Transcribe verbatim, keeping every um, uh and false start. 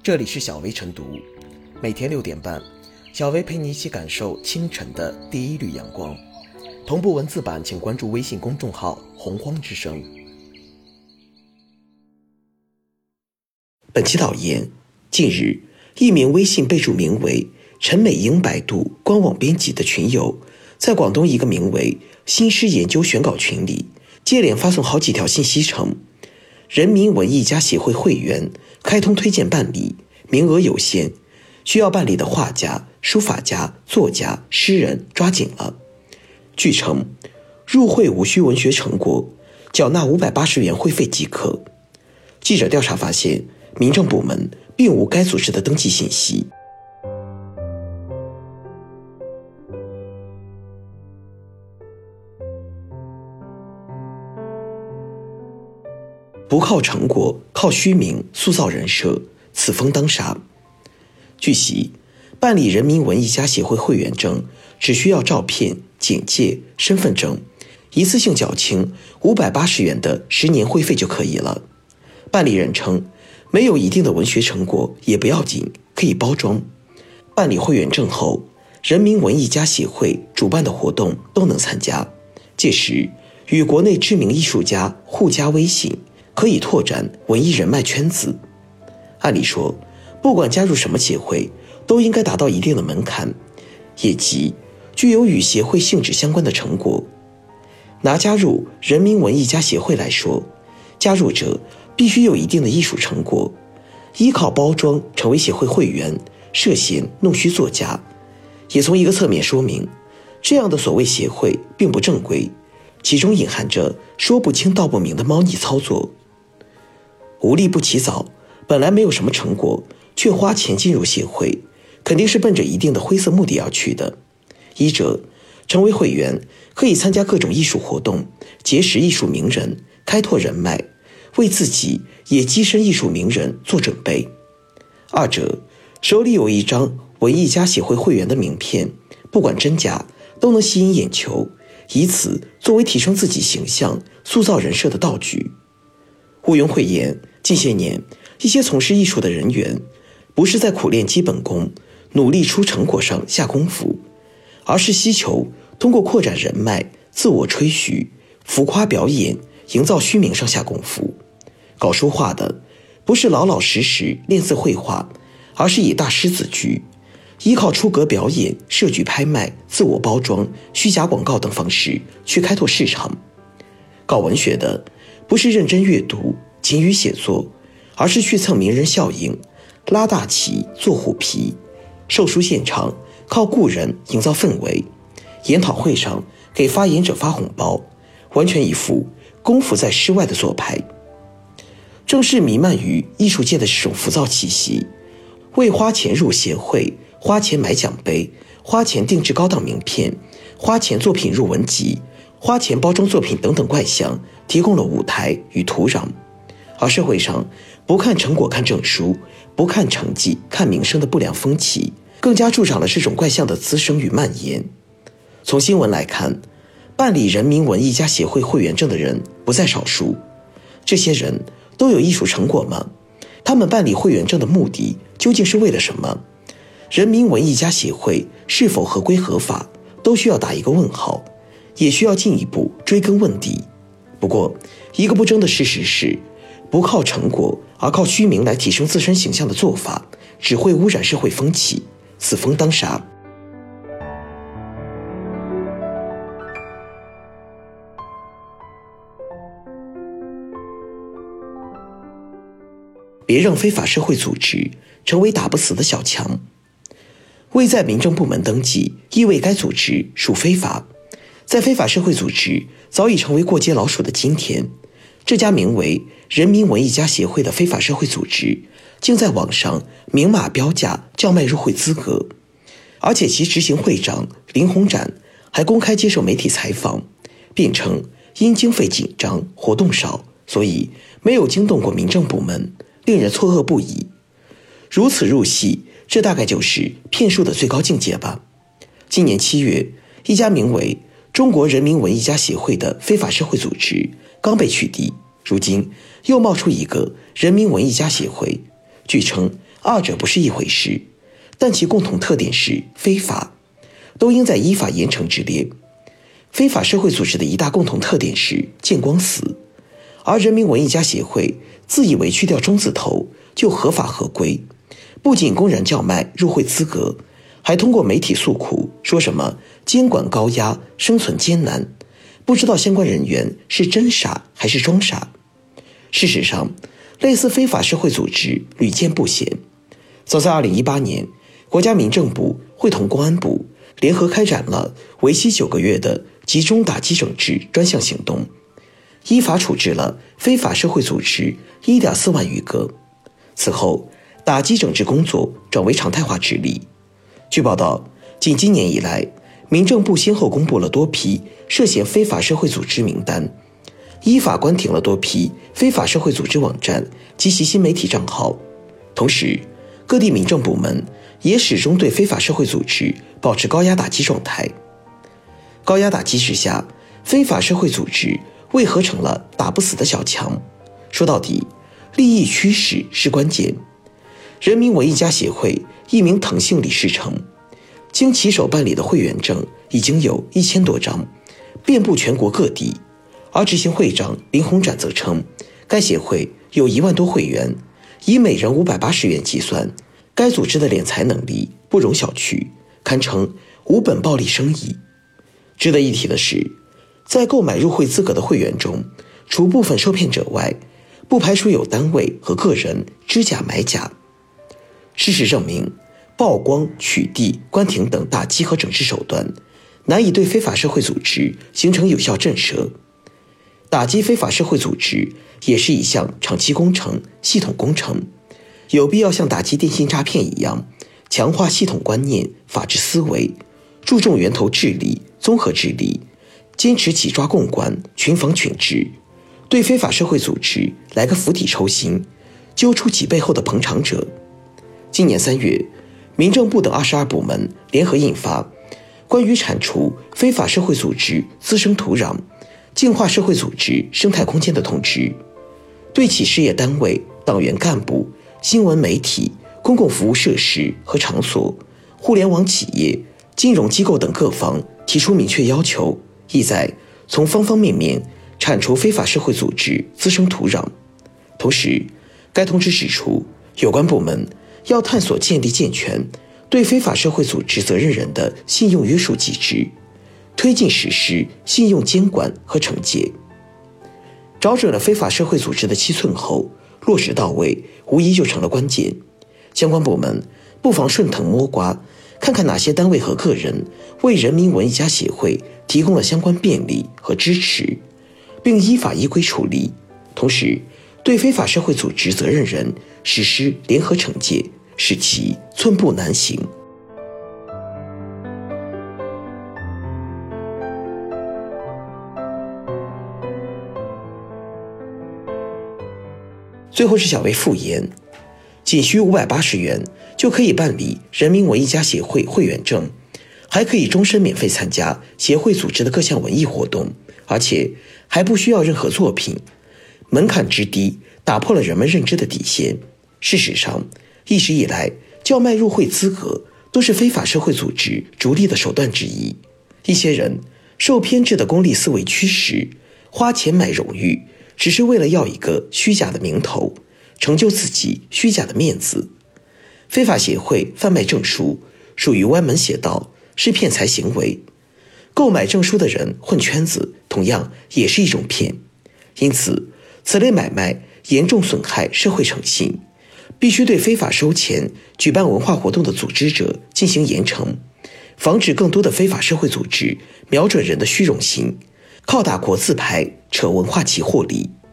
这里是小薇晨读，每天六点半，小薇陪你一起感受清晨的第一缕阳光。同步文字版请关注微信公众号洪荒之声。本期导言：近日，一名微信备注名为陈美英百度官网编辑的群友，在广东一个名为新诗研究选稿群里接连发送好几条信息称，人民文艺家协会会员开通推荐办理，名额有限，需要办理的画家、书法家、作家、诗人抓紧了。据称，入会无需文学成果，缴纳五百八十元会费即可。记者调查发现，民政部门并无该组织的登记信息。不靠成果，靠虚名塑造人设，此风当杀。据悉，办理人民文艺家协会会员证只需要照片、简介、身份证，一次性缴清五百八十元的十年会费就可以了。办理人称，没有一定的文学成果也不要紧，可以包装。办理会员证后，人民文艺家协会主办的活动都能参加，届时与国内知名艺术家互加微信，可以拓展文艺人脉圈子。按理说，不管加入什么协会，都应该达到一定的门槛，也即具有与协会性质相关的成果。拿加入人民文艺家协会来说，加入者必须有一定的艺术成果，依靠包装成为协会会员，涉嫌弄虚作假，也从一个侧面说明，这样的所谓协会并不正规，其中隐含着说不清道不明的猫腻操作。无利不起早，本来没有什么成果，却花钱进入协会，肯定是奔着一定的灰色目的而去的。一者，成为会员可以参加各种艺术活动，结识艺术名人，开拓人脉，为自己也跻身艺术名人做准备。二者，手里有一张文艺家协会会员的名片，不管真假，都能吸引眼球，以此作为提升自己形象、塑造人设的道具。毋庸讳言，近些年一些从事艺术的人员，不是在苦练基本功、努力出成果上下功夫，而是希求通过扩展人脉、自我吹嘘、浮夸表演、营造虚名上下功夫。搞书画的不是老老实实练字绘画，而是以大师自居，依靠出格表演、设局拍卖、自我包装、虚假广告等方式去开拓市场。搞文学的不是认真阅读、勤于写作，而是去蹭名人效应，拉大旗做虎皮，售书现场靠雇人营造氛围，研讨会上给发言者发红包，完全一副功夫在诗外的做派。正是弥漫于艺术界的这种浮躁气息，为花钱入协会、花钱买奖杯、花钱定制高档名片、花钱作品入文集、花钱包装作品等等怪象提供了舞台与土壤。而社会上不看成果看证书，不看成绩看名声的不良风气，更加助长了这种怪象的滋生与蔓延。从新闻来看，办理人民文艺家协会会员证的人不在少数。这些人都有艺术成果吗？他们办理会员证的目的究竟是为了什么？人民文艺家协会是否合规合法，都需要打一个问号，也需要进一步追根问底。不过，一个不争的事实是，不靠成果而靠虚名来提升自身形象的做法，只会污染社会风气，此风当杀。别让非法社会组织成为打不死的小强。未在民政部门登记，意味该组织属非法。在非法社会组织早已成为过街老鼠的今天，这家名为人民文艺家协会的非法社会组织，竟在网上明码标价叫卖入会资格，而且其执行会长林洪展还公开接受媒体采访，并称因经费紧张、活动少，所以没有惊动过民政部门，令人错愕不已。如此入戏，这大概就是骗术的最高境界吧。今年七月，一家名为中国人民文艺家协会的非法社会组织刚被取缔，如今又冒出一个人民文艺家协会。据称， 二者不是一回事，但其共同特点是非法，都应在依法严惩之列。非法社会组织的一大共同特点是见光死，而人民文艺家协会自以为去掉中字头就合法合规，不仅公然叫卖入会资格，还通过媒体诉苦，说什么监管高压，生存艰难，不知道相关人员是真傻还是装傻。事实上，类似非法社会组织屡见不鲜。早在二零一八年，国家民政部会同公安部联合开展了为期九个月的集中打击整治专项行动，依法处置了非法社会组织 一点四万余个。此后，打击整治工作转为常态化治理。据报道，仅今年以来，民政部先后公布了多批涉嫌非法社会组织名单，依法关停了多批非法社会组织网站及其新媒体账号。同时，各地民政部门也始终对非法社会组织保持高压打击状态。高压打击之下，非法社会组织为何成了打不死的小强？说到底，利益驱使是关键。人民文艺家协会一名腾姓理事称，经其手办理的会员证已经有一千多张，遍布全国各地。而执行会长林洪展则称，该协会有一万多会员，以每人五百八十元计算，该组织的敛财能力不容小觑，堪称无本暴利生意。值得一提的是，在购买入会资格的会员中，除部分受骗者外，不排除有单位和个人知假买假。事实证明，曝光、取缔、关停等打击和整治手段难以对非法社会组织形成有效震慑。打击非法社会组织也是一项长期工程、系统工程，有必要像打击电信诈骗一样，强化系统观念、法治思维，注重源头治理、综合治理，坚持起抓共管、群防群治，对非法社会组织来个釜底抽薪，揪出其背后的捧场者。今年三月，民政部等二十二部门联合印发《关于铲除非法社会组织滋生土壤、净化社会组织生态空间的通知》，对其事业单位、党员干部、新闻媒体、公共服务设施和场所、互联网企业、金融机构等各方提出明确要求，意在从方方面面铲除非法社会组织滋生土壤。同时，该通知指出，有关部门要探索建立健全对非法社会组织责任人的信用约束机制，推进实施信用监管和惩戒。找准了非法社会组织的七寸后，落实到位，无疑就成了关键。相关部门不妨顺藤摸瓜，看看哪些单位和个人为人民文艺家协会提供了相关便利和支持，并依法依规处理。同时，对非法社会组织责任人实施联合惩戒，使其寸步难行。最后是小微复言，仅需五百八十元就可以办理人民文艺家协会会员证，还可以终身免费参加协会组织的各项文艺活动，而且还不需要任何作品。门槛之低，打破了人们认知的底线。事实上，一直以来叫卖入会资格都是非法社会组织逐利的手段之一。一些人受偏执的功利思维驱使，花钱买荣誉，只是为了要一个虚假的名头，成就自己虚假的面子。非法协会贩卖证书属于歪门邪道，是骗财行为。购买证书的人混圈子，同样也是一种骗。因此，此类买卖严重损害社会诚信，必须对非法收钱、举办文化活动的组织者进行严惩，防止更多的非法社会组织瞄准人的虚荣心，靠打国字牌扯文化旗获利。